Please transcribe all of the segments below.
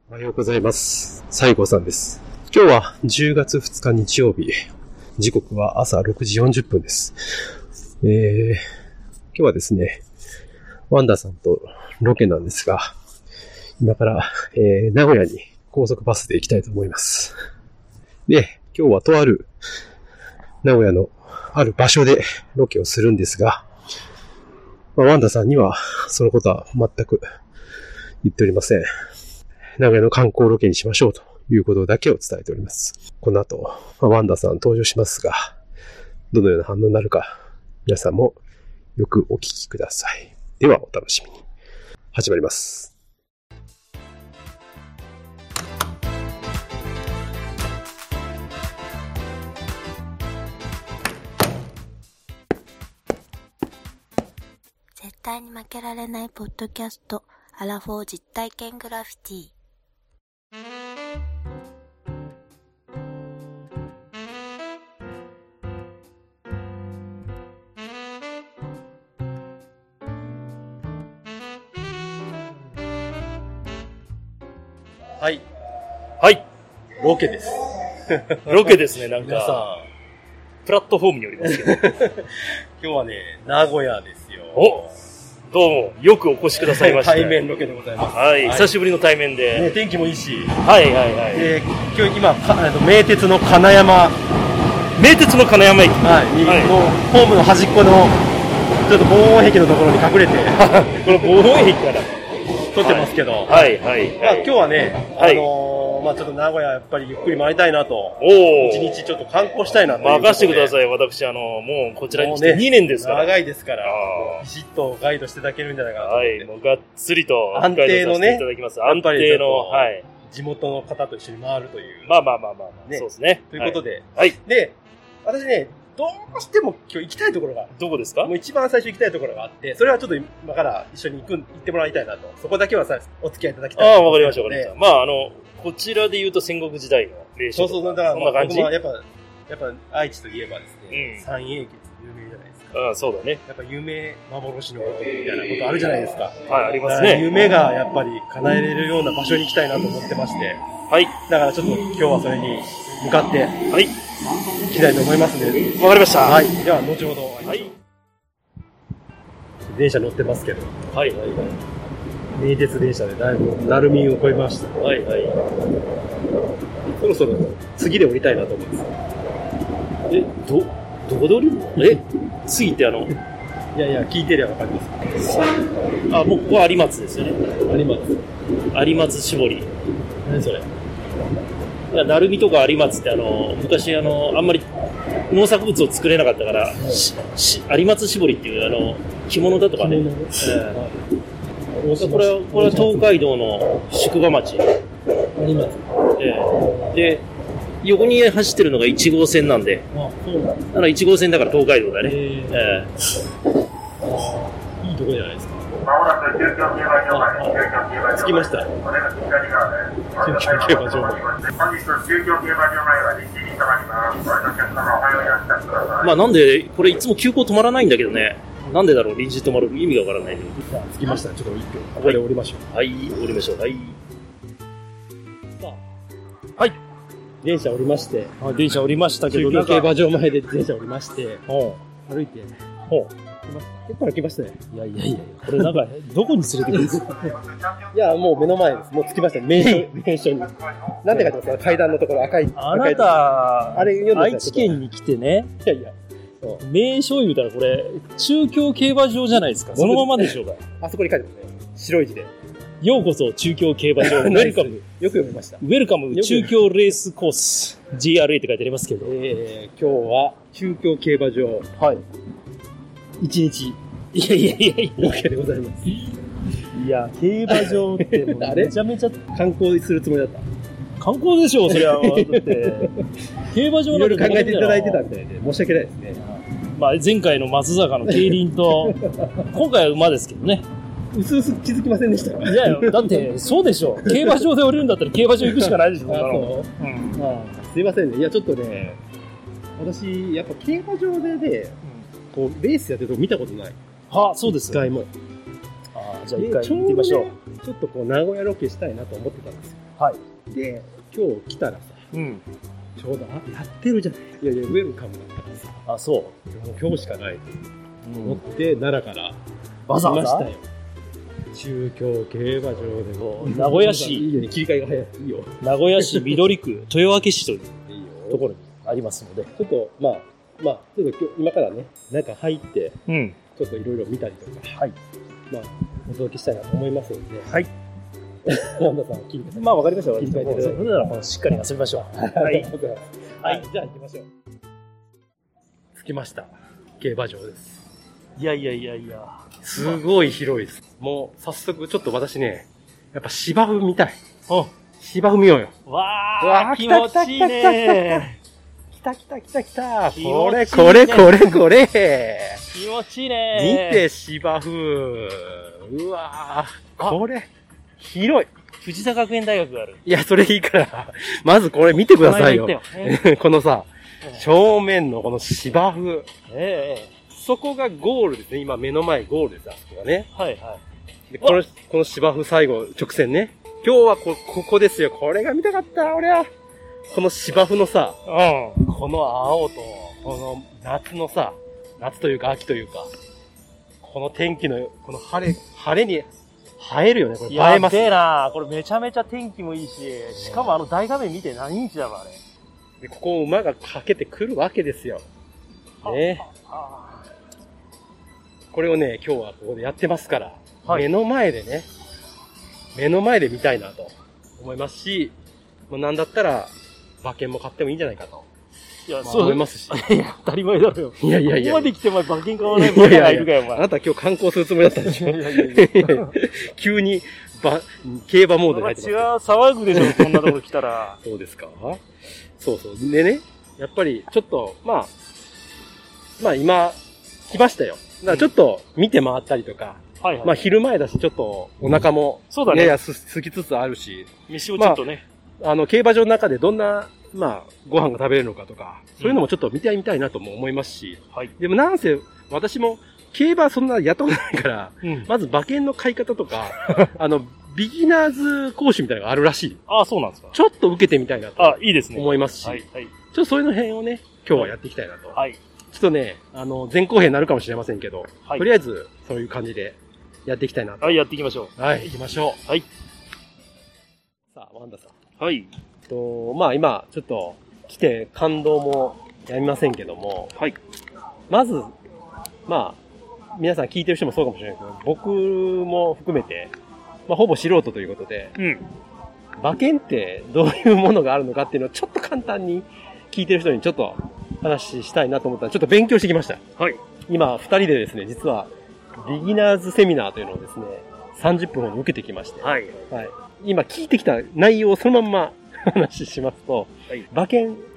おはようございます。西郷さんです。今日は10月2日日曜日。時刻は朝6時40分です。今日はですね、ワンダさんとロケなんですが、今から、名古屋に高速バスで行きたいと思います。で、今日はとある名古屋のある場所でロケをするんですが、ワンダさんにはそのことは全く言っておりません。名古屋の観光ロケにしましょうということだけを伝えております。この後、ワンダさん登場しますが、どのような反応になるか、皆さんもよくお聞きください。ではお楽しみに。始まります。 絶対に負けられないポッドキャスト、アラフォー実体験グラフィティ。 はい。はい。ロケです。 ロケですね、なん皆さか。プラットフォームにおりますけど。 今日はね、名古屋ですよ。 お、どうも、よくお越しくださいました。 対面ロケでございます。 はい、久しぶりの対面で。 ね、天気もいいし。 はいはいはい。 で、今日今、名鉄の金山。 名鉄の金山駅。 はい。のホームの端っこの、ちょっと防音壁のところに隠れて。 この防音壁から撮ってますけど。 はいはい。 まあ今日はね、 はい、 まあちょっと名古屋やっぱりゆっくり回りたいなと。一日ちょっと観光したいなと。 任せてください。私、もうこちらに来て2年ですから。 長いですから。ビシッとガイドしていただけるんじゃないかなと思って。 はい、もうがっつりと。 安定のね。 いただきます。安定の、はい。 地元の方と一緒に回るという。 まあ、ね、そうですね。 ということで。 はい。 で、私ね、どうしても今日行きたいところが。 どこですか？ もう一番最初行きたいところがあって、それはちょっと今から一緒に行ってもらいたいなと。そこだけはさ、お付き合いいただきたい。 ああ、わかりました、わかりました。まあ、こちらで言うと戦国時代の名所。 そう、だから、 そんな感じ。 やっぱ愛知といえばですね、三英傑有名じゃないですか。 ああ、そうだね。 やっぱ夢、幻のことみたいなことあるじゃないですか。 はい、ありますね。 夢がやっぱり叶えれるような場所に行きたいなと思ってまして。 はい。 だからちょっと今日はそれに向かって、 はい。 行きたいと思いますので。 わかりました。 はい。では、後ほど。 はい。 電車乗ってますけど。 はい。 名鉄電車でだいぶ、鳴海を越えました。 はい。 そろそろ次で降りたいなと思います。 どこで降りるの？次っていや、 聞いてりゃわかります。 あ、もうここは有松ですよね。有松絞り。 何それ？ 鳴海とか有松って昔あんまり農作物を作れなかったから、有松絞りっていう着物だとかね。これは東海道の宿場町。 有松。 で、横に走ってるのが1号線なんで。だから1号線だから東海道だね。 いいとこじゃないですか。着きました。中京競馬場前。 まあなんで、これいつも急行止まらないんだけどね。なんでだろう、臨時止まる意味がわからないけど。 着きました。ちょっと一挙ここで降りましょう。 はい、降りましょう。はい。 はい。電車降りまして。 電車降りましたけど、 中京競馬場前で電車降りまして。歩いて。結構歩きましたね。 いや。これなんか、どこに連れてくるんですか？ いや、もう目の前です。もう着きました。名所に。なんて書いてますか？階段のところ赤い。 あなた、愛知県に来てね。 いや。 名所言うたらこれ、中京競馬場じゃないですか。そのままでしょうか。 あそこに書いてますね。白い字で。 ようこそ中京競馬場。ウェルカム。 よく読みました。 ウェルカム中京レースコース。GRA って書いてありますけど。 今日は中京競馬場。 はい。 一日。 いや。 ロケでございます。 いや、競馬場ってもうめちゃめちゃ観光するつもりだった。 観光でしょう、それは。だって、競馬場いろいろ考えていただいてたみたいで、申し訳ないですね。 まあ、前回の松坂の競輪と、今回は馬ですけどね。 うすうす気づきませんでしたか？ いや、だって、そうでしょ。競馬場で降りるんだったら競馬場行くしかないでしょ。 すいませんね。いや、ちょっとね、私、やっぱ競馬場でね、こう、レースやってるとこ見たことない。 はあ、そうです。 一回も。 じゃあ一回見てみましょう。 ちょっとこう名古屋ロケしたいなと思ってたんですよ。 はい。 で、今日来たらさ、 うん。 ちょうどやってるじゃない。いやいや、ウェルカムだったからさ。 あ、そう。 今日しかないと思って、奈良からわざわざ来ましたよ。中京競馬場でも。 名古屋市。 いいよね、切り替えが早い。いいよ。 名古屋市緑区豊明市というところにありますので。 ちょっと、ちょっと今からね、中入って、 うん。 ちょっといろいろ見たりとか、 はい。 お届けしたいなと思いますので。 はい。 ワンダさん、切り替え。 わかりました。 切り替えてください。 それならしっかり遊びましょう。 はい。 はい。 じゃあ行きましょう。着きました。競馬場です。 いや。 すごい広いです。もう、早速、ちょっと私ね、やっぱ芝生見たい。芝生見ようよ。 わー、気持ちいいね。 来た。 気持ちいいね。 これ。 気持ちいいね。 見て、芝生。うわー、これ、広い。 藤田学園大学がある。 いや、それいいから、まずこれ見てくださいよ。このさ、正面のこの芝生。そこがゴールですね。今目の前ゴールです、あそこがね。 はい。 でこの芝生最後、直線ね。今日はここですよ。これが見たかった、俺は。この芝生のさ、この青と、この夏のさ、夏というか秋というか、この天気の、この晴れに映えるよね、これ。映えます。 やべえな。これめちゃめちゃ天気もいいし、しかも大画面見て何インチだろ、あれ。 で、ここを馬がかけてくるわけですよ。ね。これをね、今日はここでやってますから、目の前で見たいなと思いますし、もうなんだったら、馬券も買ってもいいんじゃないかと。 いや、 そう思いますし。 いや、当たり前だろよ。 いや。 ここまで来て馬券買わない馬がいるかよ、お前。 あなた今日観光するつもりだったでしょ。急に、競馬モードに入ってます。 違う、騒ぐでしょ、こんなところ来たら。 そうですか。そう。でね、やっぱり、ちょっと、今、来ましたよ。だからちょっと見て回ったりとか、昼前だし、ちょっとお腹も、やや空きつつあるし、 飯をちょっとね、 競馬場の中でどんな、ご飯が食べれるのかとか、そういうのもちょっと見てみたいなとも思いますし、でもなんせ、私も、競馬そんなやったことないから、まず馬券の買い方とか、ビギナーズ講習みたいなのがあるらしい。 ああ、そうなんですか。 ちょっと受けてみたいなと。 いいですね。 思いますし、ちょっとそういうの辺をね、今日はやっていきたいなと。 はい。 ちょっとね、前後編になるかもしれませんけど、とりあえず、そういう感じでやっていきたいなと。 はい、やっていきましょう。 はい、行きましょう。 はい。 さあ、ワンダさん。 はい。 今、ちょっと、来て感動もやみませんけども、 はい。 まず、皆さん聞いてる人もそうかもしれないけど、僕も含めて、ほぼ素人ということで、馬券ってどういうものがあるのかっていうのをちょっと簡単に聞いてる人にちょっと話したいなと思ったら、ちょっと勉強してきました。 はい。 今、二人でですね、実は、ビギナーズセミナーというのをですね、30分ほど受けてきまして、 はい。 今聞いてきた内容をそのまんま話しますと、馬券って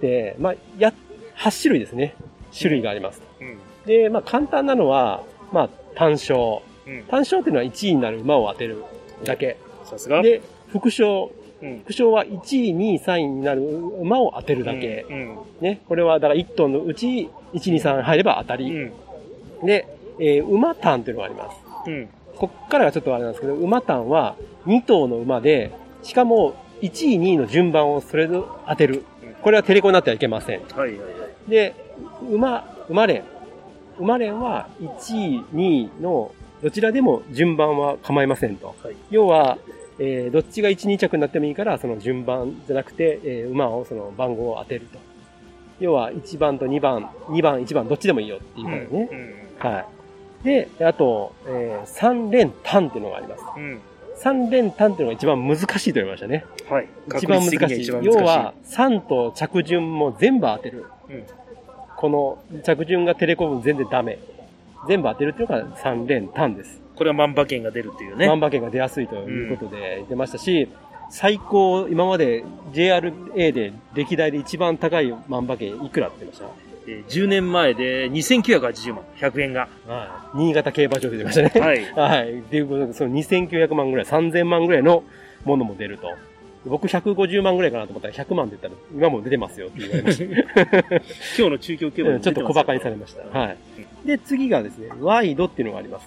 、8種類ですね。種類がありますと。で、簡単なのは、単勝。単勝っていうのは1位になる馬を当てるだけ。 さすが。 で、副勝。副賞は1位、2位、3位になる馬を当てるだけ。ね。これは、だから1頭のうち、1、2、3入れば当たり。で、馬単っていうのがあります。こっからがちょっとあれなんですけど、馬単は2頭の馬で、しかも1位、2位の順番をそれぞれ当てる。これはテレコになってはいけません。で、馬連は1位、2位のどちらでも順番は構いませんと。要は、どっちが1、2着になってもいいから、その順番じゃなくて、馬をその番号を当てると。要は1番と2番、2番、1番どっちでもいいよっていうからね。はい。で、あと、3連単っていうのがあります。3連単っていうのが一番難しいと言いましたね。 はい。 一番難しい。要は、3と着順も全部当てる。この着順がテレコム全然ダメ。全部当てるっていうのが3連単です。 これは万馬券が出るっていうね。 万馬券が出やすいということで出ましたし、最高、今まで JRA で歴代で一番高い万馬券いくらって言いました ？10年前で2980万、100円が。 新潟競馬場で出ましたね。はい。っていうことで、その2900万ぐらい、3000万ぐらいのものも出ると。僕150万ぐらいかなと思ったら100万って言ったら、今も出てますよって言われました。 今日の中京競馬ちょっと小馬鹿にされました。はい。で、次がですね、ワイドっていうのがあります。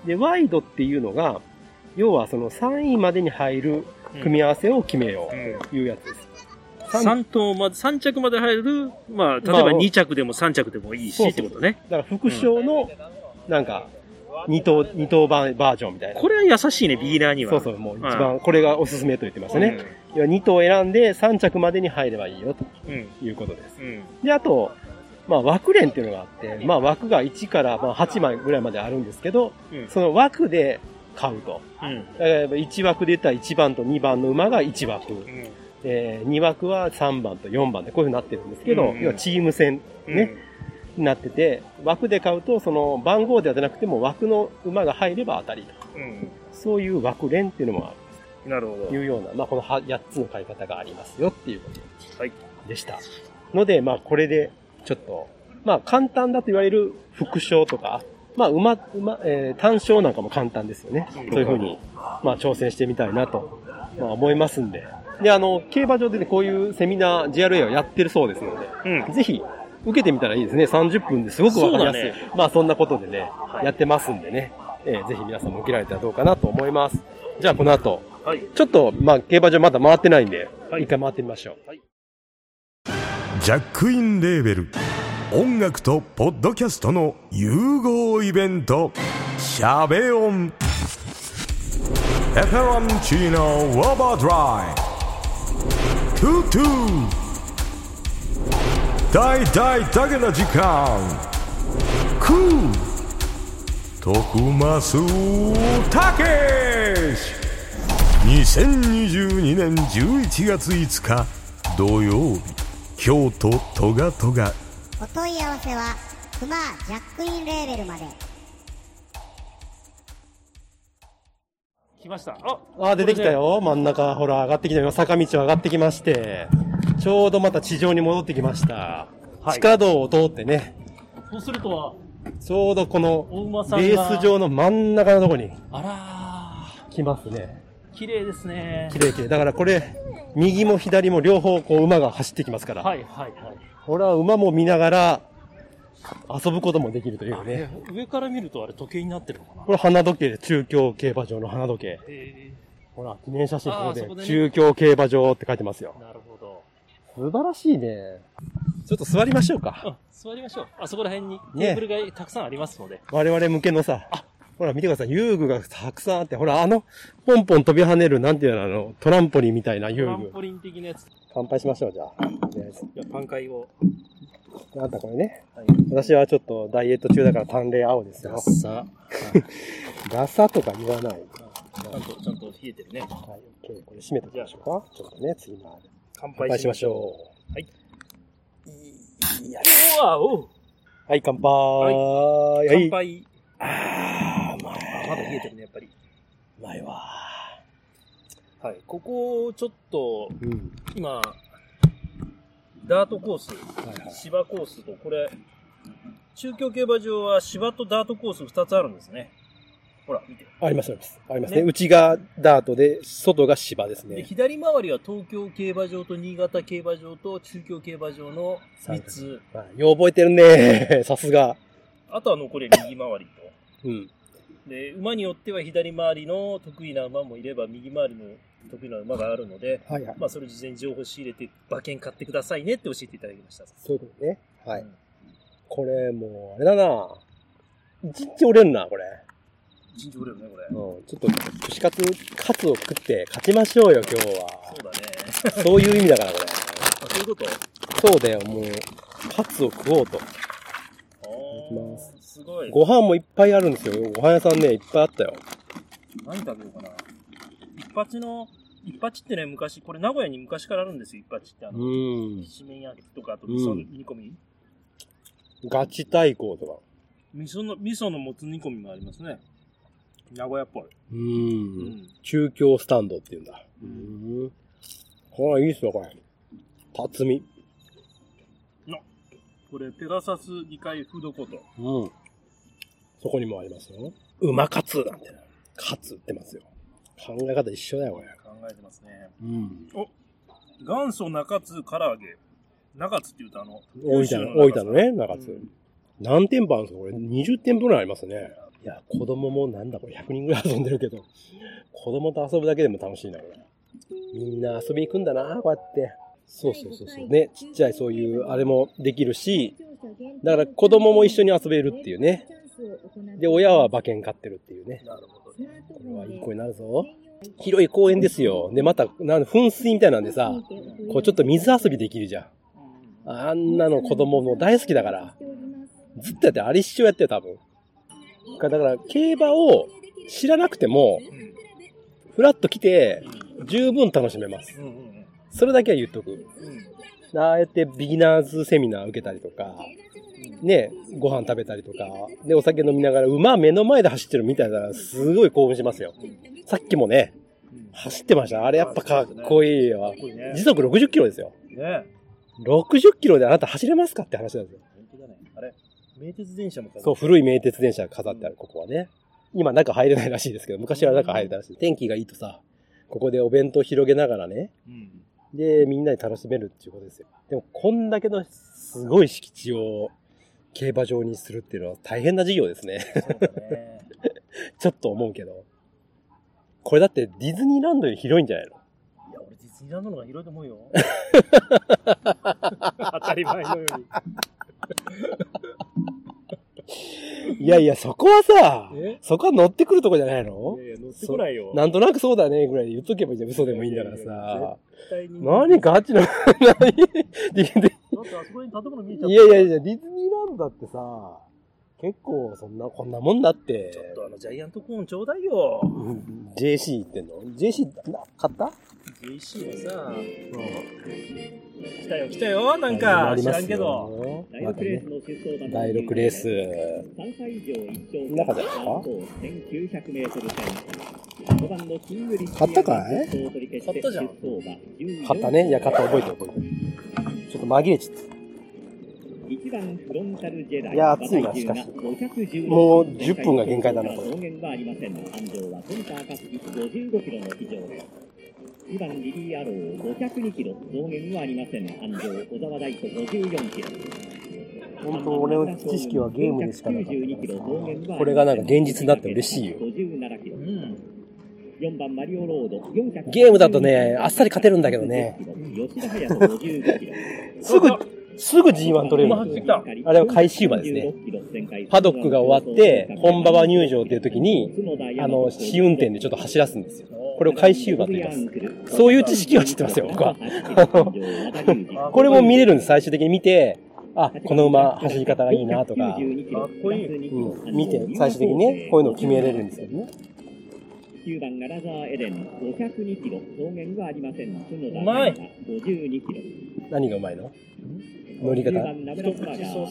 で、ワイドっていうのが、要はその3位までに入る組み合わせを決めようというやつです。 3着まで入る、まあ、例えば2着でも3着でもいいし、ってことね。 だから副賞の、なんか、2等バージョンみたいな。 これは優しいね、ビギナーには。 そう、もう一番、これがおすすめと言ってますね。要は2等選んで3着までに入ればいいよ、ということです。で、あと、まあ枠連っていうのがあって、まあ枠が1からまあ8枚ぐらいまであるんですけど、その枠で買うと。1枠で言ったら1番と2番の馬が1枠。2枠は3番と4番でこういう風になってるんですけど、要はチーム戦ね、なってて、枠で買うとその番号ではなくても枠の馬が入れば当たりと。そういう枠連っていうのもある。 なるほど。 いうような、まあこの8つの買い方がありますよっていうことでした。ので、まあこれでちょっと、まあ簡単だと言われる副賞とか、まあ単勝なんかも簡単ですよね。そういう風に、まあ挑戦してみたいなと、まあ思いますんで。で、競馬場でね、こういうセミナー GRA をやってるそうですので、ぜひ受けてみたらいいですね。30分ですごくわかりやすい。まあそんなことでね、やってますんでね、ぜひ皆さんも受けられたらどうかなと思います。じゃあこの後、ちょっと、まあ競馬場まだ回ってないんで、一回回ってみましょう。 ジャックインレーベル音楽とポッドキャストの融合イベントシャベオンエフェロンチーノウォーバードライトゥトゥ大大だけの時間クー徳増たけし2022年11月5日土曜日京都トガトガお問い合わせはクマジャックインレーベルまで。 来ました。 出てきたよ。真ん中、ほら、上がってきたよ。坂道を上がってきまして、ちょうどまた地上に戻ってきました。地下道を通ってね。 そうするとは、 ちょうどこの、レース場の真ん中のとこに、来ますね。 綺麗ですね。 綺麗。だからこれ、右も左も両方こう馬が走ってきますから。ほら、馬も見ながら遊ぶこともできるというね。 上から見るとあれ時計になってるのかな。 これ花時計で中京競馬場の花時計。ほら、記念写真ここで、中京競馬場って書いてますよ。 なるほど。 素晴らしいね。ちょっと座りましょうか。 座りましょう。あそこら辺にテーブルがたくさんありますので。 我々向けのさ、ほら見てください。遊具がたくさんあって、ほらポンポン飛び跳ねる、なんていうの、トランポリンみたいな遊具。 トランポリン的なやつ。 乾杯しましょう、じゃあ。 パン会を。 なんだこれね。私はちょっとダイエット中だから淡麗青ですよ。ダサとか言わない。 ちゃんと冷えてるね。 はい、OK。これ閉めておきましょうか。ちょっとね、次まで。 乾杯しましょう。はい。 はい、乾杯。 乾杯。まだ冷えてるね、やっぱり。 うまいわ。 はい。ここ、ちょっと、今、ダートコース、芝コースと、これ、中京競馬場は芝とダートコース2つあるんですね。ほら、見て。 ありますね。内がダートで、外が芝ですね。 で、左回りは東京競馬場と新潟競馬場と中京競馬場の3つ。 よう覚えてるね。さすが。あとは残り右回りと。で、馬によっては左回りの得意な馬もいれば、右回りの得意な馬があるので、まあそれ事前に情報仕入れて、馬券買ってくださいねって教えていただきました。 そういうことね。はい。これもう、あれだな。一日折れんな、これ。 一日折れるね、これ。 ちょっと、串カツを食って勝ちましょうよ、今日は。 そうだね。 そういう意味だから、これ。 そういうこと？ そうだよ、もう、カツを食おうと。いきます。 すごい。 ご飯もいっぱいあるんですよ。ご飯屋さんね、いっぱいあったよ。 何食べようかな。一八ってね、昔、これ名古屋に昔からあるんですよ、一八って。七面焼きとか、あと味噌煮込み。 ガチ対抗とか。 味噌のもつ煮込みもありますね。名古屋っぽい。 中京スタンドっていうんだ。これいいっすよ、これ。辰巳。 これ、ペガサス2階フードコート。 そこにもありますよ。馬カツなんてな。カツ売ってますよ。考え方一緒だよ、これ。 考えてますね。元祖中津唐揚げ。中津って言うと大分のね、中津。何店舗あるんですかこれ20店舗ぐらいありますね。 いや、子供もなんだこれ100人ぐらい遊んでるけど、子供と遊ぶだけでも楽しいな、これ。みんな遊びに行くんだな、こうやって。そう。ね、ちっちゃいそういうあれもできるし、だから子供も一緒に遊べるっていうね。で、親は馬券買ってるっていうね。 なるほどね。 これはいい子になるぞ。広い公園ですよ。で、また、噴水みたいなんでさ、こうちょっと水遊びできるじゃん。あんなの子供も大好きだから。ずっとやって、あれ一生やってよ、多分。だから、競馬を知らなくても、ふらっと来て、十分楽しめます。それだけは言っとく。ああやってビギナーズセミナー受けたりとか、ね、ご飯食べたりとか、で、お酒飲みながら馬目の前で走ってるみたいなら、すごい興奮しますよ。さっきもね、走ってました。あれやっぱかっこいいよ。時速60キロですよ。 ね。 60キロであなた走れますかって話なんですよ。 本当だね。あれ、名鉄電車も飾ってある。 そう、古い名鉄電車が飾ってある、ここはね。今中入れないらしいですけど、昔は中入れたらしい。天気がいいとさ、ここでお弁当広げながらね、で、みんなで楽しめるっていうことですよ。でも、こんだけのすごい敷地を競馬場にするっていうのは大変な事業ですね。 そうだね。 ちょっと思うけど。これだってディズニーランドより広いんじゃないの？ いや、俺ディズニーランドの方が広いと思うよ。当たり前のように。 いやいや、そこはさ、そこは乗ってくるとこじゃないの？ いやいや、乗ってこないよ。 なんとなくそうだねぐらいで言っとけばいいじゃん。嘘でもいいんだからさ。 絶対に。 何ガチの、 だってあそこに建物見えちゃった。 いや、ディズニーランドだってさ、結構こんなもんだって。 ちょっとジャイアントコーンちょうだいよ。 JC 言ってんの？ JC 買った？ JC はさ、来たよ、なんか、知らんけど。 またね、第6レース。中ですか？買ったかい？ 買ったじゃん。 買ったね。いや、買った覚えてる。ちょっと紛れちゃった。いや、暑いな、しかし。もう10分が限界だな、これ。 2番リリーアロー502キロ、増減はありません。安城小沢大斗54キロ。 本当、俺の知識はゲームでしかなかった。これがなんか現実になって嬉しいよ。 4番マリオロード400 ゲームだとね、あっさり勝てるんだけどね。 吉田隼人55キロ。 すぐ G1 取れるんですよ。あれは開始馬ですね。パドックが終わって、本馬場入場っていう時に、試運転でちょっと走らすんですよ。これを開始馬と言います。そういう知識は知ってますよ、僕は。これも見れるんです、最終的に見て、あ、この馬走り方がいいなとか、見て、最終的にね、こういうのを決めれるんですよね。 9番ガラザーエレン502キロ、増減はありません。 うまい。 52キロ。 何がうまいの？乗り方。今、ジョ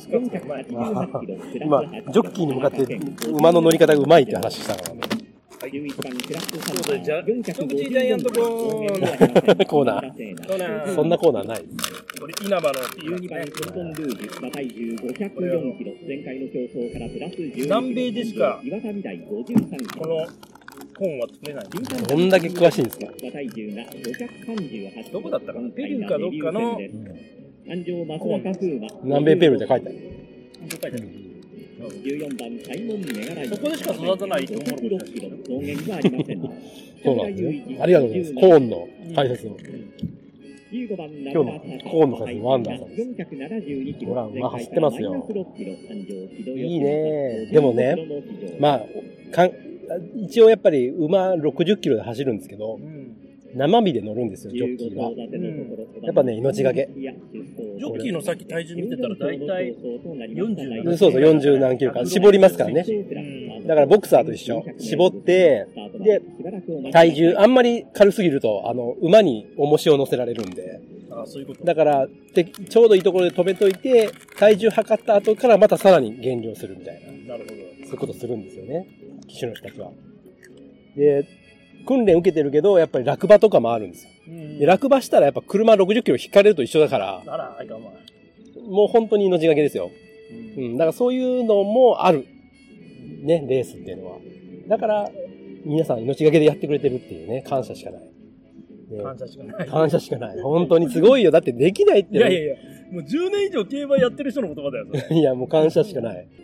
ッキーに向かって馬の乗り方がうまいって話したからね。 11番クラフトサンダー一口ジャイアントコーナー。そんなコーナーない。 これ稲葉の 12番コルトンルージュ馬体重504キロ、前回の競争からプラス10。 南米でしか岩上台53キロ。 この本は作れない。 どんだけ詳しいんですか？ 馬体重が538。 どこだったかな？ペルーかどっかの安城松若風馬。 南米ペルーって書いてある。 書いてある。 14番サイモンメガライ。 そこでしか育たないと思う。 6キロ、増減はありません。 そうなんですね。ありがとうございます。コーンの解説を。 15番今日のコーンの解説ワンダーさんです。 472キロ。 ほら、馬走ってますよ。いいね。でもね、まあ、一応やっぱり馬60キロで走るんですけど、生身で乗るんですよ、ジョッキーは。やっぱね、命がけ。 ジョッキーのさっき体重見てたら大体40。 そう、40何キロか。絞りますからね。だからボクサーと一緒。絞って、で、体重、あんまり軽すぎると、馬に重しを乗せられるんで。だから、ちょうどいいところで止めといて、体重測った後からまたさらに減量するみたいな。 なるほど。 そういうことするんですよね。騎手の人たちは。で、訓練受けてるけど、やっぱり落馬とかもあるんですよ。で、落馬したらやっぱ車60キロ引かれると一緒だから、もう本当に命がけですよ。だからそういうのもある。ね、レースっていうのは。だから、皆さん命がけでやってくれてるっていうね、感謝しかない。 ね、感謝しかない。 感謝しかない。本当にすごいよ。だってできないって。 いや、もう10年以上競馬やってる人の言葉だよ、 いや、もう感謝しかない。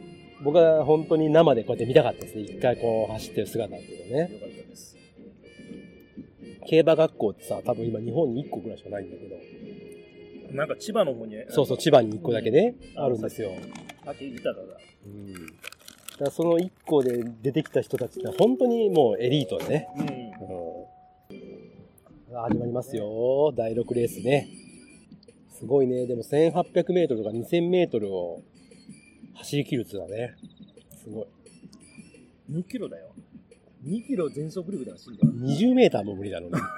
僕は本当に生でこうやって見たかったですね。一回こう走ってる姿っていうのね。 よかったです。 競馬学校ってさ、多分今日本に1個ぐらいしかないんだけど。 なんか千葉の方に。 そうそう、千葉に1個だけね、あるんですよ。 さっき言ったから。 だからその1個で出てきた人たちって本当にもうエリートでね。始まりますよ。第6レースね。すごいね。でも1800メートルとか2000メートルを走り切るってのはね。すごい。 2キロだよ。2キロ全速力で走るんだよ。 20メーターも無理だろうね。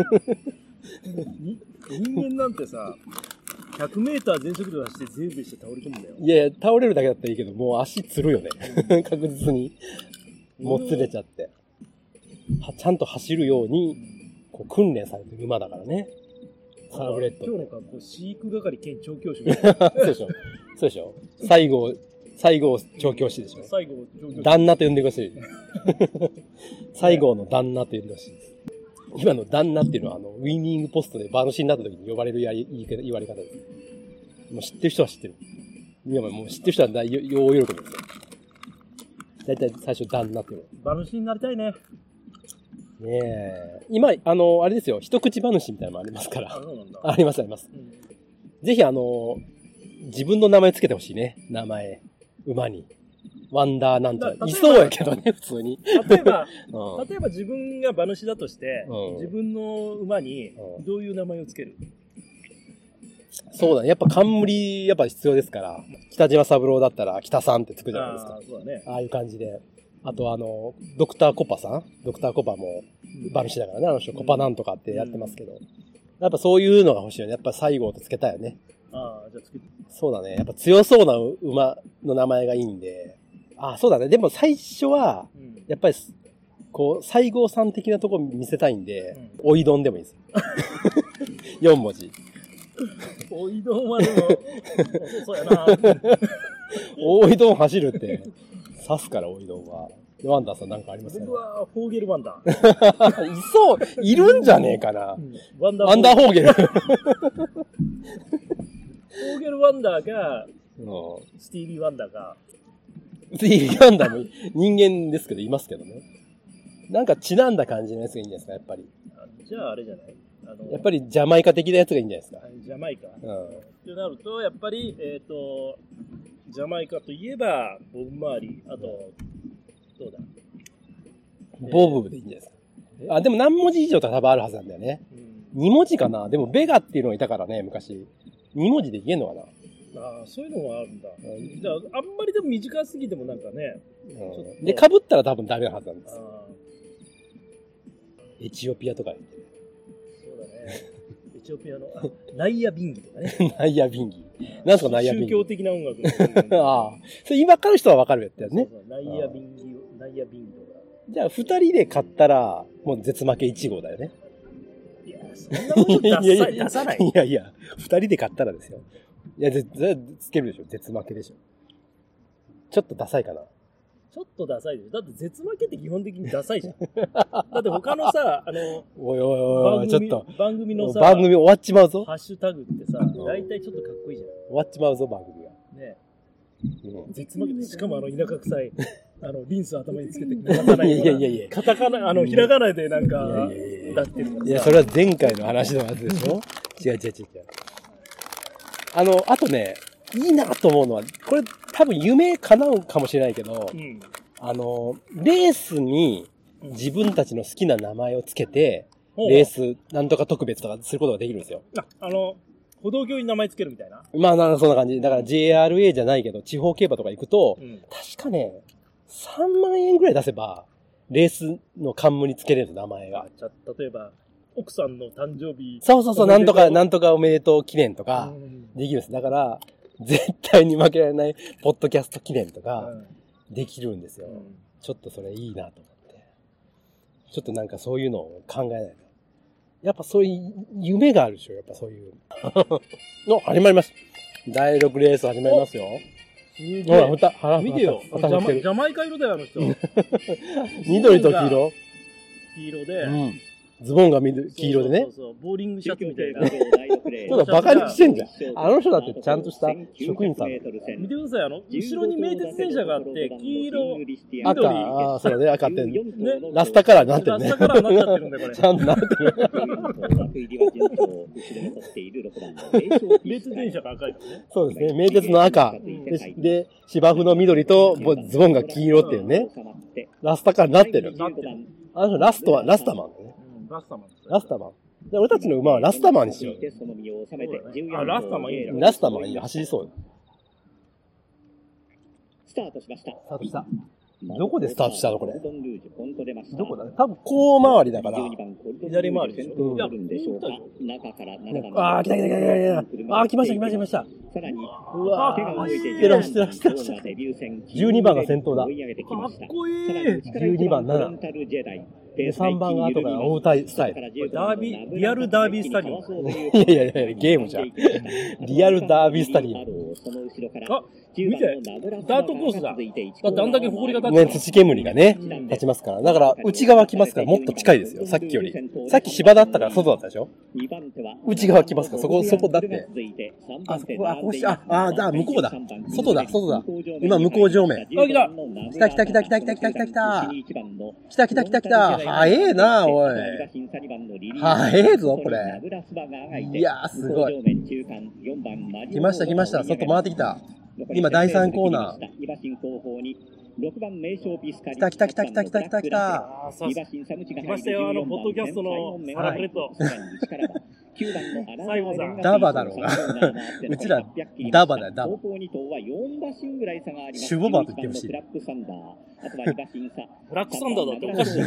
人間なんてさ、100メーター全速力で走ってゼーブして倒れ込むんだよ。 いやいや、倒れるだけだったらいいけど、もう足つるよね。確実に。もつれちゃって。ちゃんと走るように、こう訓練されてる馬だからね。サラブレッド。 今日の格好、飼育係兼調教師。 そうでしょ。そうでしょ。最後調教師でしょ。 最後調教師。 旦那と呼んでください。西郷の旦那と呼んでほしいです。今の旦那っていうのは、ウィニングポストで馬主になった時に呼ばれる言われ方です。もう知ってる人は知ってる。今もう知ってる人は大喜びですよ。だいたい最初旦那っていうの。 馬主になりたいね。 ねえ。今、あれですよ。一口馬主みたいなのもありますから。 そうなんだ。 あります。ぜひ自分の名前つけてほしいね。名前。馬に。ワンダーなんとか。いそうやけどね、普通に。 例えば自分が馬主だとして、自分の馬にどういう名前をつける？ そうだね。やっぱ冠、やっぱ必要ですから。北島三郎だったら北さんってつくじゃないですか。 そうだね。 ああいう感じで。あとドクターコパさん？ドクターコパも馬主だからね。あの人コパなんとかってやってますけど。やっぱそういうのが欲しいよね。やっぱ西郷とつけたいよね。 ああ、じゃあつけて。 そうだね。やっぱ強そうな馬の名前がいいんで。あ、そうだね。でも最初は、やっぱり、こう、西郷さん的なとこ見せたいんで、おいどんでもいいです。4文字。 おいどんはでも、そうやな。 おいどん走るって、刺すからおいどんは。ワンダーさんなんかありますか？ 僕は、フォーゲルワンダー。 いそう、いるんじゃねえかな。 ワンダーフォーゲル。 フォーゲルワンダーか、スティービー・ワンダーか。 スティービー・ワンダーも人間ですけど、いますけどね。なんかちなんだ感じのやつがいいんじゃないですか、やっぱり。 じゃああれじゃない？ やっぱりジャマイカ的なやつがいいんじゃないですか。 ジャマイカ。ってなると、やっぱり、ジャマイカといえば、ボブ・マーリー、あと、どうだ？ ボブでいいんじゃないですか。あ、でも何文字以上とは多分あるはずなんだよね。2文字かな？でもベガっていうのがいたからね、昔。2文字でいけんのかな？ ああ、そういうのがあるんだ。じゃあ、あんまりでも短すぎてもなんかね。 で、被ったら多分ダメなはずなんです。エチオピアとか。 そうだね。エチオピアの、ナイア・ビンギとかね。 ナイア・ビンギ。なんすか、ナイア・ビンギ。 宗教的な音楽。 ああ。それ今からの人はわかるやつね。 ナイア・ビンギとか。 じゃあ、2人で買ったら、もう絶負け1号だよね。 いや、そんなこと出さない。 いやいや、2人で買ったらですよ。いや、つけるでしょ。絶負けでしょ。ちょっとダサいかな。 ちょっとダサいでしょ。だって絶負けって基本的にダサいじゃん。だって他のさ、 おいおいおい、ちょっと。 番組のさ、 番組終わっちまうぞ。 ハッシュタグってさ、大体ちょっとかっこいいじゃん。 終わっちまうぞ、番組が。 ね絶負けで、しかも田舎臭い、リンス頭につけて流さないような。いや。カタカナ、ひらがなでなんか、出してるからさ。 いや、それは前回の話のやつでしょ？違う。あとね、いいなと思うのは、これ多分夢叶うかもしれないけど、レースに自分たちの好きな名前をつけて、レースなんとか特別とかすることができるんですよ。 歩道橋に名前つけるみたいな。 まあ、そんな感じ。だから JRA じゃないけど、地方競馬とか行くと、確かね、3万円ぐらい出せば、レースの冠につけれる名前が。 じゃあ、例えば、奥さんの誕生日。 そう、なんとかおめでとう記念とか、できるんです。だから、絶対に負けられない、ポッドキャスト記念とか、できるんですよ。ちょっとそれいいなと思って。ちょっとなんかそういうのを考えないと。やっぱそういう夢があるでしょ、やっぱそういう。始まります。第6レース始まりますよ。ほら、 見てよ。ジャマイカ色だよ、あの人。 緑と黄色。 黄色で、 ズボンが黄色でね。 そう、ボーリングシャツみたいな。 そうだ、バカにしてんじゃん。あの人だってちゃんとした職員さん。 見てください、後ろに名鉄電車があって、黄色、緑。 赤、そうだね、赤ってね。ラスタカラーになってるね。 ラスタカラーになっちゃってるんだよ、これ。 ちゃんとなってる。 名鉄電車が赤いからね。 そうですね、名鉄の赤。で、芝生の緑とズボンが黄色っていうね。ラスタカラーになってる。あの人ラスタマンだね。ラスタマン。で、俺たちの馬はラスタマンにしよう。 ラスタマンいいじゃん。 ラスタマンいいよ、走りそう。 スタートしました。 スタートした。どこでスタートしたのこれ。 どこだ多分、こう回りだから。 左回りでしょ。 ああ、来た。ああ、来ました。 さらに、 うわぁ、走ってる。12番が先頭だ。 かっこいい。 12番7。で、3番が後から追うスタイル。 リアルダービースタディ。 いや、ゲームじゃん。リアルダービースタディ。 あ、見て。ダートコースだ。だんだけ埃が立ってね、土煙がね、立ちますから。だから、内側来ますから、もっと近いですよ、さっきより。さっき芝だったから外だったでしょ？内側来ますから、そこだって。あ、そこ、こうし、向こうだ。外だ。今、向こう上面。 来た。 来た。早えな、おい。早えぞ、これ。いやー、すごい。来ました。外回ってきた。今、第3コーナー。来た。 来ましたよ、ポッドキャストのサラブレッド。最後さん。 ダバだろうが。うちら、ダバだよ、ダバ。シュボバーと言ってほしい。 ブラックサンダーだっておかしい。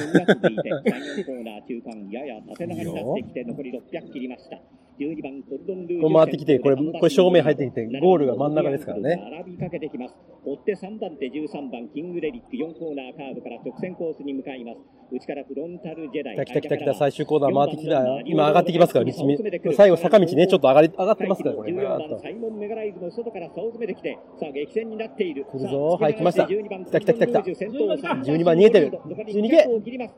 こう回ってきて、これ正面入ってきて、ゴールが真ん中ですからね。 追って3番手13番キングレリック4コーナーカーブから直線コースに向かいます。内からフロンタルジェダイ。 来た。最終コーナー回ってきたよ。今上がってきますから、最後坂道ね、ちょっと上がってますから、これ。 14番サイモンメガライズの外から差を詰めてきて、さあ激戦になっている。 来るぞ。はい、来ました。来た。12番逃げてる。12系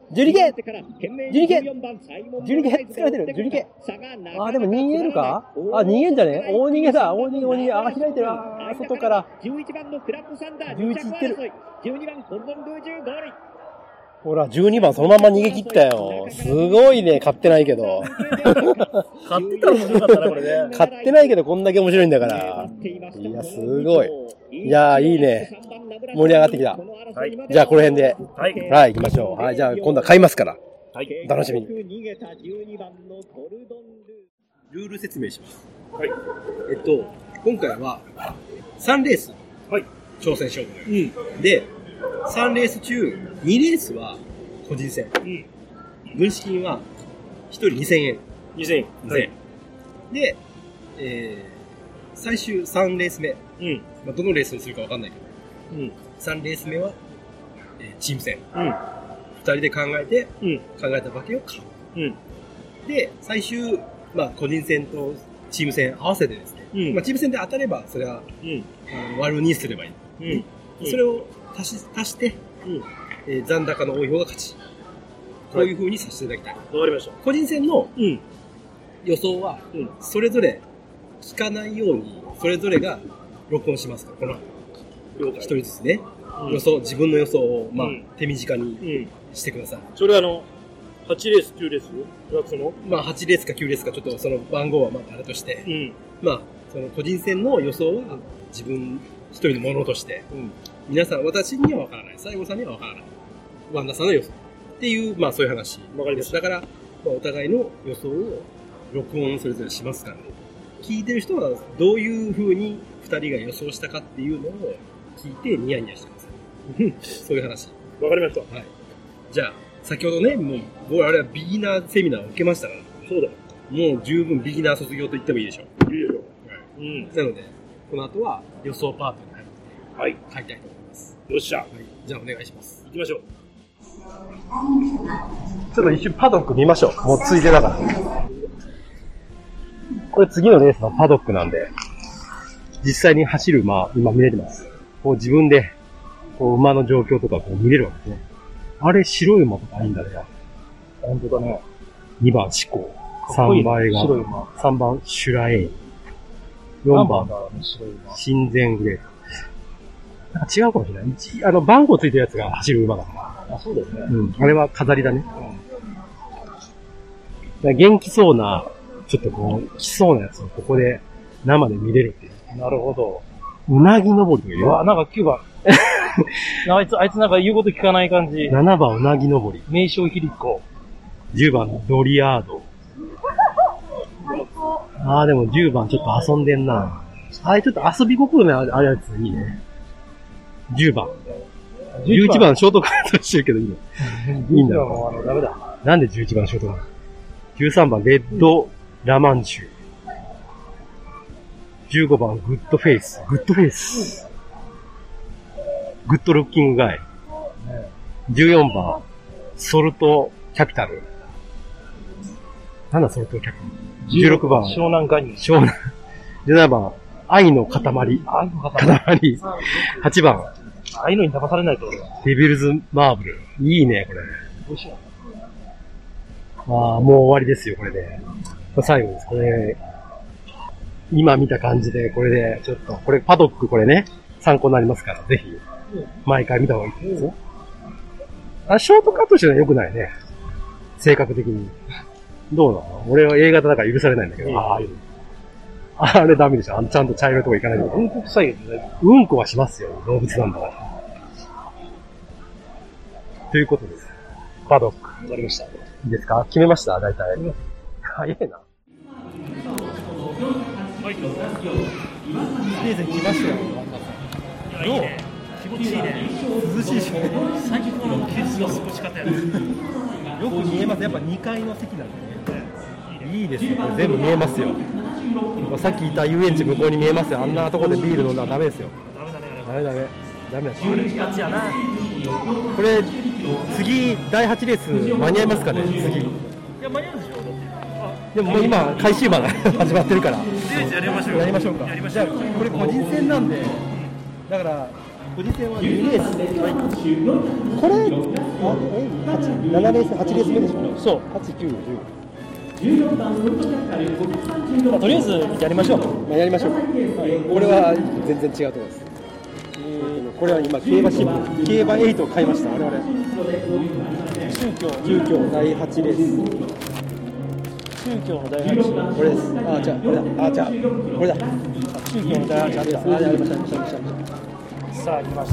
疲れてる。12系。あ、でも逃げるか？あ、逃げんじゃね？大逃げだ。大逃げ。あ、開いてる。外から。 11番のクラップサンダー。 11いってる。 12番コルドンルージュゴール。 ほら、12番そのまま逃げ切ったよ。すごいね、買ってないけど。 買ってたら面白かったな、これね。 買ってないけどこんだけ面白いんだから。いや、すごい。いや、いいね。盛り上がってきた。はい。じゃあ、この辺で。はい、行きましょう。はい、じゃあ、今度は買いますから。はい。楽しみに。ルール説明します。はい。今回は、3レース。はい。挑戦しようと思います。で、3レース中、2レースは個人戦。分子金は1人2000円。 2000円。はい。 で、最終3レース目。まあ、どのレースにするかわかんないけど。3レース目は、チーム戦。2人で考えて、考えた馬券を買う。で、最終、まあ、個人戦とチーム戦合わせてですね。まあ、チーム戦で当たれば、それは、割る2すればいい。それを足して、残高の多い方が勝ち。こういう風にさせていただきたい。 わかりました。 個人戦の予想は、それぞれ聞かないように、それぞれが録音しますから、この一人ずつね、自分の予想を、まあ、手短にしてください。 それは8レース、9レースまあ、8レースか9レースか、ちょっとその番号はまたあれとして、まあ、その個人戦の予想は自分一人のものとして、皆さん、私には分からない。西郷さんには分からない。ワンダさんの予想。っていう、まあそういう話。 わかりました。 だから、まあ、お互いの予想を録音それぞれしますからね。聞いてる人はどういう風に二人が予想したかっていうのを聞いてニヤニヤしてください。そういう話。 わかりました。 はい。じゃあ、先ほどね、もう、僕あれはビギナーセミナーを受けましたから。 そうだ。 もう十分ビギナー卒業と言ってもいいでしょう。 いいでしょう。なので、この後は予想パートに入って、はい。書いたいと思います。 よっしゃ。 はい。じゃあお願いします。 行きましょう。 ちょっと一瞬パドック見ましょう。もうついでだから。これ次のレースのパドックなんで、実際に走る馬、今見れてます。こう自分で、こう馬の状況とかこう見れるわけですね。あれ白い馬とかいいんだね。 本当だね。 2番志向。3番が、3番シュラエイ。4番親善グレート。なんか違うかもしれない。番号ついてるやつが走る馬だから。 あ、そうですね。 うん。あれは飾りだね。元気そうな、ちょっとこう、来そうなやつをここで生で見れるっていう。 なるほど。 うなぎ登りという。 うわ、なんか9番。あいつなんか言うこと聞かない感じ。 7番うなぎ登り。 名称ヒリコ。 10番ドリアード。ああ、でも10番ちょっと遊んでんな。あれちょっと遊び心のあるやついいね。10番。11番ショートカットしてるけどいいの。いいんだよ。 ダメだ。 なんで11番ショートカット ?13 番レッドラマンチュ。15番グッドフェイス。グッドフェイス。グッドルッキングガイ。14番ソルトキャピタル。なんだソルトキャピタル。16番湘南ガニ。 湘南。17番愛の塊。 愛の塊。 8番ああいうのに騙されないと。 デビルズマーブル。いいね、これ。ああ、もう終わりですよ、これで。最後です。これ、今見た感じで、これで、ちょっと、これ、パドックこれね、参考になりますから、ぜひ、毎回見た方がいいですよ。ショートカットしてるのは良くないね。性格的に。どうなの？俺は A 型だから許されないんだけど。あれダメでしょ。ちゃんと茶色いとこ行かないと。 うんこ臭いですね。 うんこはしますよ。動物なんだから。ということです。パドック。 わかりました。いいですか？決めました？大体。早いな。 はい。 ステージ来ましたよ。 いいね。気持ちいいね。 涼しいしね。 最高の景色が過ごし方やね。 よく見えます。やっぱ2階の席なんでね。いいですよ。これ全部見えますよ。さっきいた遊園地向こうに見えますよ。あんなとこでビール飲んだらダメですよ。ダメだね。ダメだ。 やつやな。 これ、次、第8レース間に合いますかね、次。 いや、間に合うんでしょ。 でももう今、回収馬が始まってるから。 とりあえずやりましょう。 やりましょうか。じゃあ、これ個人戦なんで、だから、個人戦は2レース。これ、7レース、8レース目でしょ。 そう。 8、9、 まあ、とりあえずやりましょう。 やりましょうか。これは全然違うと思います。これは今、競馬新聞、競馬8を買いました、我々。中京第8レース。 中京の第8。 これです。じゃあ、これだ。じゃあ、これだ。 中京の第8。 やりました。 さあ、来ました。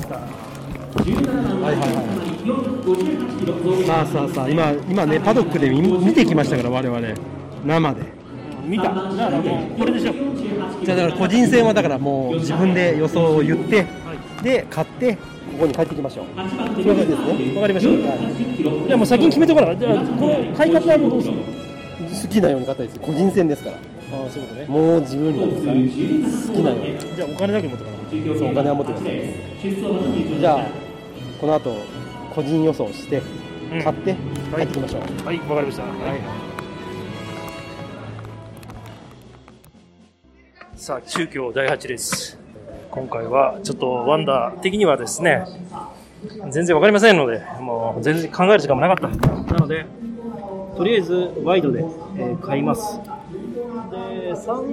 さあ、今ね、パドックで見てきましたから、我々。生で。 見た。じゃあ、これでしょ。 じゃあ、だから個人戦はだからもう自分で予想を言って、で、買って、ここに帰ってきましょう。そういうことですね。 わかりました。いや、もう先に決めておかな。じゃあ、この買い方はどうするの？ 好きなように買ったりする。個人戦ですから。 ああ、そういうことね。 もう自分に好きなように。 じゃあ、お金だけ持ってかな。 そう、お金は持ってください。じゃあ、この後、個人予想して、買って帰ってきましょう。 はい、わかりました。さあ、中京第8レース。今回はちょっとワンダー的にはですね、全然わかりませんので、もう全然考える時間もなかった。なので、とりあえずワイドで、買います。で、3と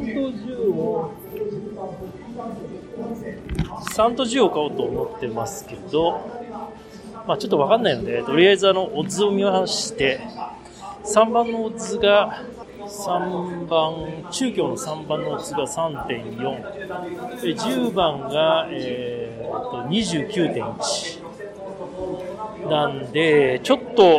10を買おうと思ってますけど、まあちょっとわかんないので、とりあえずオッズを見まして、3番のオッズが、中京の3番のオッズが 3.4、10番が、29.1 なんで、ちょっと、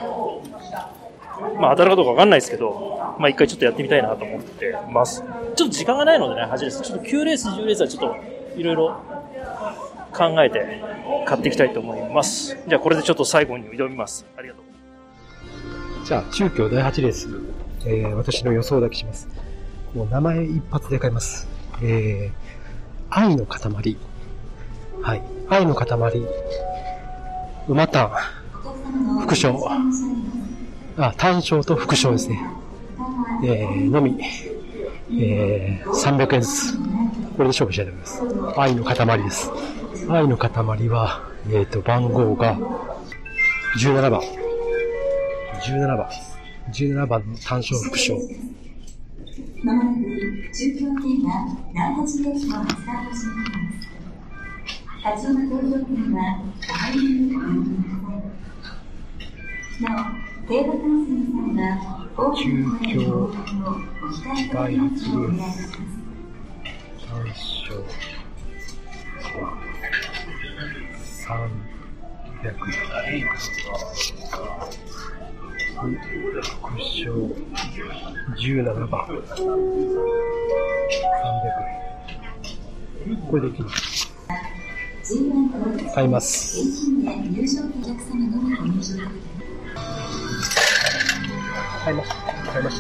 まあ当たるかどうかわかんないですけど、まあ一回ちょっとやってみたいなと思ってます。ちょっと時間がないのでね、8レース。ちょっと9レース、10レースはちょっといろいろ考えて買っていきたいと思います。じゃあこれでちょっと最後に挑みます。ありがとう。 じゃあ、中京第8レース、私の予想だけします。もう名前一発で買います。愛の塊。はい。愛の塊。馬単。副賞。単勝と副賞ですね。のみ。300円ずつ。これで勝負したいと思います。愛の塊です。愛の塊は、番号が17番。17番。 17番の単勝副賞。 まもなく中京圏が第8レースをスタートしていきます。勝ち馬登場券はお入りにお願いください。なお、競馬観戦の際は大きな声の応援をお控えいただきますようお願いします。 単勝300副賞17番300円。これできます。買います。買いました。買いました。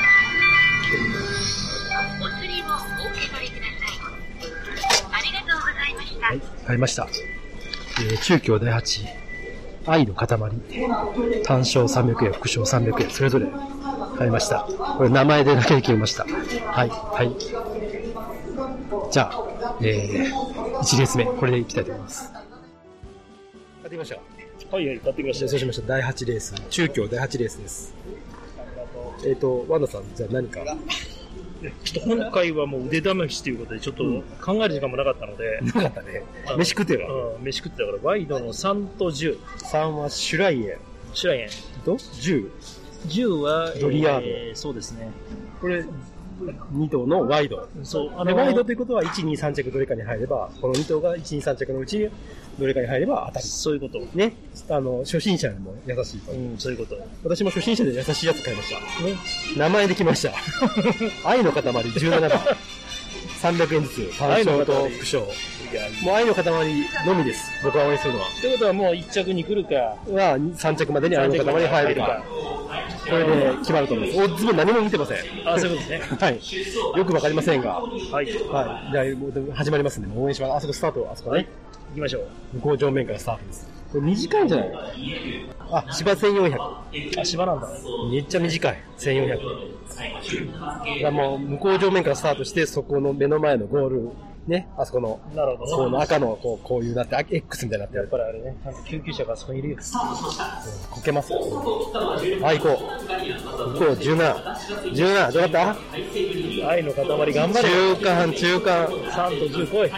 お釣りをお受け取りください。ありがとうございました。はい、買いました。中京第8愛の塊単勝300円、副賞300円、それぞれ買いました。これ名前でだけで決めました。はい、はい。じゃあ、1レース目、これでいきたいと思います。買ってきました。 はいはい、買ってきました。 そうしました。第8レース、中京第8レースです。ワンダさん、じゃあ何か。 ちょっと今回はもう腕試しということで、ちょっと考える時間もなかったので。 なかったね。飯食ってるわ。 飯食ってたから、ワイドの3と10。 3はシュライエン。 シュライエン。 と 10。 10は、 ドリアード。 そうですね。 これ、2頭のワイド。 そう。 ワイドということは、1、2、3着どれかに入れば、この2頭が1、2、3着のうち、どれかに入れば当たり。 そういうこと。 ね。初心者にも優しいと。 そういうこと。 私も初心者で優しいやつ買いました。ね。名前できました。愛の塊17番。300円ずつ、単勝と副賞。もう愛の塊のみです。僕が応援するのは。 ということはもう1着に来るか。 は、3着までに愛の塊に入るか。これで決まると思います。オッズも何も見てません。 あ、そういうことですね。 はい。よくわかりませんが。 はい。 はい。じゃあ、始まりますんで、応援します。あそこスタート、あそこね。 はい。行きましょう。 向こう正面からスタートです。これ短いんじゃない？あ、芝1400。 あ、芝なんだ。 めっちゃ短い。1400。もう、向こう正面からスタートして、そこの目の前のゴール、ね、あそこの、 なるほど。 この赤の、こういうなって、X みたいになってやっぱりあれね、救急車があそこにいるよ。 こけます。はい、行こう。行こう、17。17、どうだった？ 愛の塊頑張れ。 中間。 3と10来い。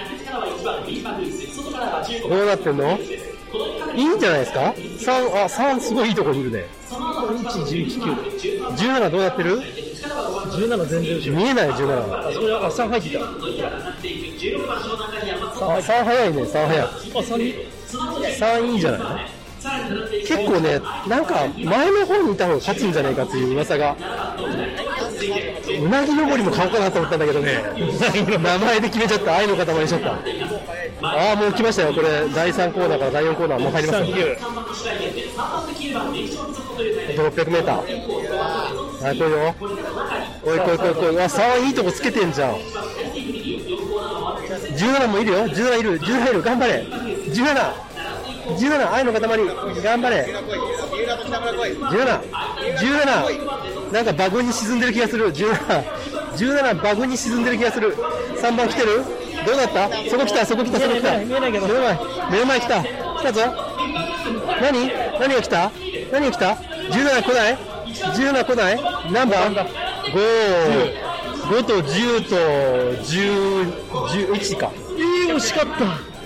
どうなってんの？いいんじゃないですか？ 3すごいいいとこにいるね。 1、11、9。 17どうなってる？ 17全然後ろ。 見えない、17。 あ、それは、3入ってた。 3早いね、3早い。 あ、3 いいんじゃない？結構ね、なんか前の方にいた方が勝つんじゃないかっていう噂が。うなぎ登りも買おうかなと思ったんだけどね。名前で決めちゃった。愛の塊にしちゃった。ああ、もう来ましたよ。これ、第3コーナーから第4コーナーもう入りますよ。600メーター。はい、来いよ。おい。うわ、3いいとこつけてんじゃん。17もいるよ。17いる。頑張れ。17、愛の塊、頑張れ。17、なんかバグに沈んでる気がする。17、バグに沈んでる気がする。3番来てる？どうだった？そこ来た。 見えないけど。 目の前来たぞ。何が来た？17来ない？ 17来ない？何番？ 5と10と11か。 惜しかった。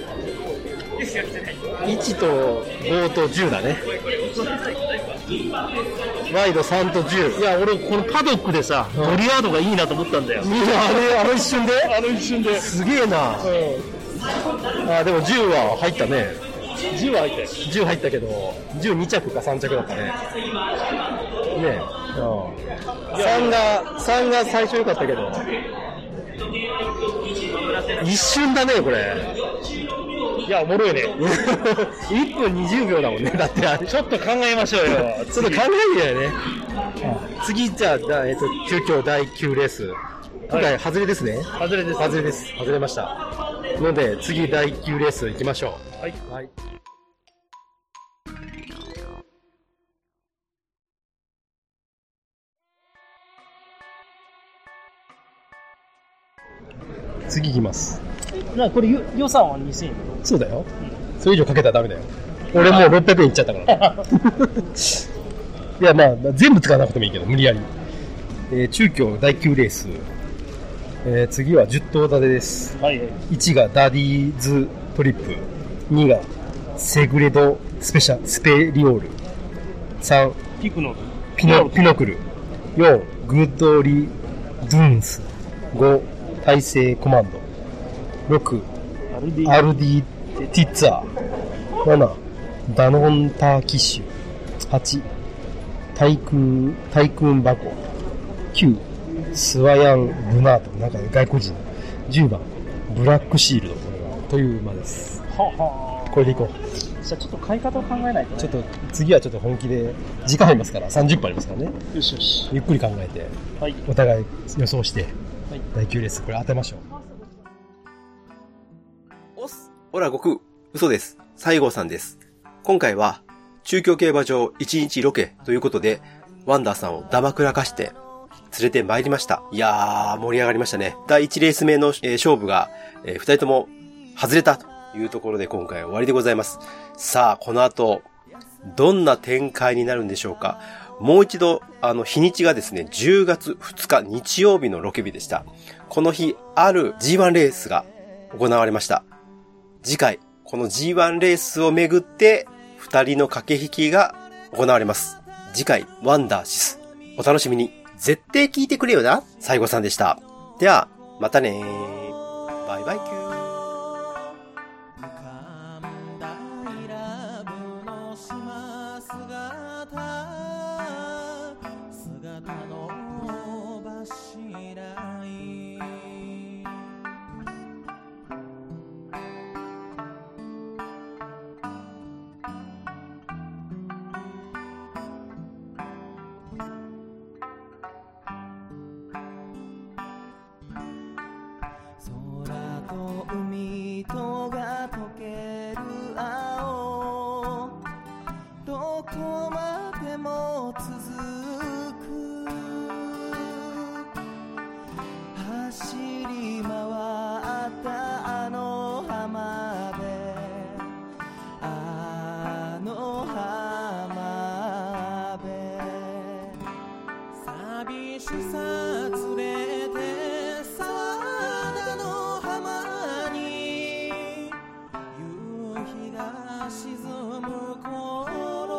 1と5と10だね。ワイド3と10。 いや、俺このパドックでさ、ドリアードがいいなと思ったんだよ。 あの一瞬で？すげえな。あ、でも10は入ったね。 10は入ったよ。 10入ったけど、12着か3着だったね。ねえ。3が最初良かったけど。一瞬だね、これ。 いや、おもろいね。 1分20秒だもんね。だってあれ。 ちょっと考えましょうよ。 ちょっと考えてよね。次、じゃあ、中京第9レース。今回、外れですね。 外れです。 外れました。ので、次、第9レース行きましょう。はい。次行きます。 これ予算は2000円。 そうだよ。それ以上かけたらダメだよ。俺もう600円いっちゃったから。 いや、まあ、全部使わなくてもいいけど、無理やり。中京第9レース。次は10頭立てです。 はいはい。 1がダディーズトリップ。2がセグレドスペリオール。3、 ピノクル。 4、グッドリドゥンス。5、大西コマンド。6、アルディティッツァー。7、ダノンターキッシュ。8、対空箱。9、スワヤン・ルナート。なんか外国人。10番、ブラックシールド。という馬です。これでいこう。 じゃあちょっと買い方を考えないと、ね。 ちょっと、次はちょっと本気で、時間ありますから、30分ありますからね。 よしよし。 ゆっくり考えて、はい、お互い予想して、はい、第9レース、これ当てましょう。 おっす。ほら、悟空。嘘です。西郷さんです。今回は、中京競馬場1日ロケということで、ワンダーさんをだまくらかして、連れて参りました。いやー、盛り上がりましたね。第1レース目の、勝負が、2人とも外れたというところで今回は終わりでございます。さあ、この後、どんな展開になるんでしょうか。もう一度、日にちがですね、10月2日日曜日のロケ日でした。この日、ある G1 レースが行われました。次回、この G1 レースをめぐって、2人の駆け引きが行われます。次回、ワンダーシス。お楽しみに。絶対聞いてくれよな、西郷さんでした。では、またねー。バイバイキュー。 海とが溶ける青、どこまでも続く、走り回ったあの浜辺、あの浜辺、寂しさ連れてさだの浜に夕日が沈む頃、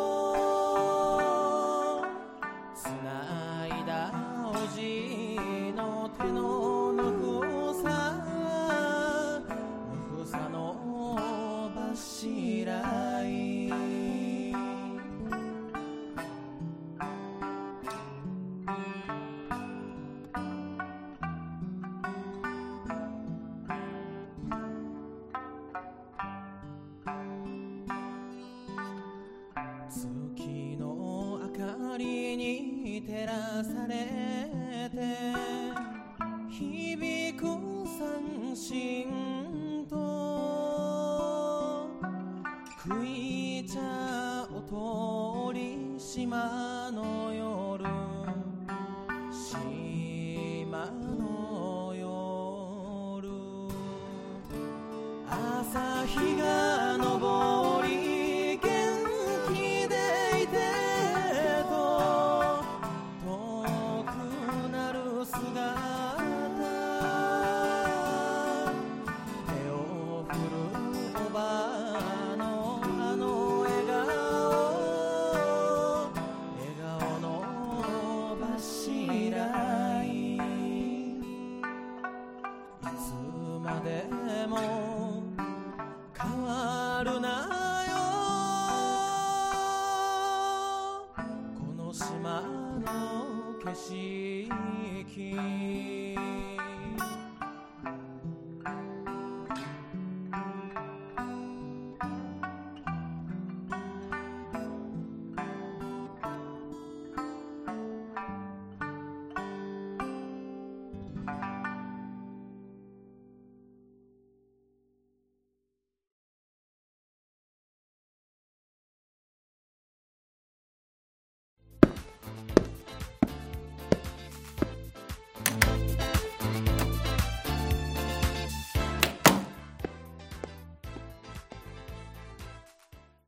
繋いだおじの手のぬくさ、ぬくさの柱い、月の明かりに照らされて響く三振と食い茶を通り島の夜、島の夜、朝日が昇り元気でいてと遠くなる姿、手を振るおばのあの笑顔の柱い、いつまでも変わるなよ、この島の景色。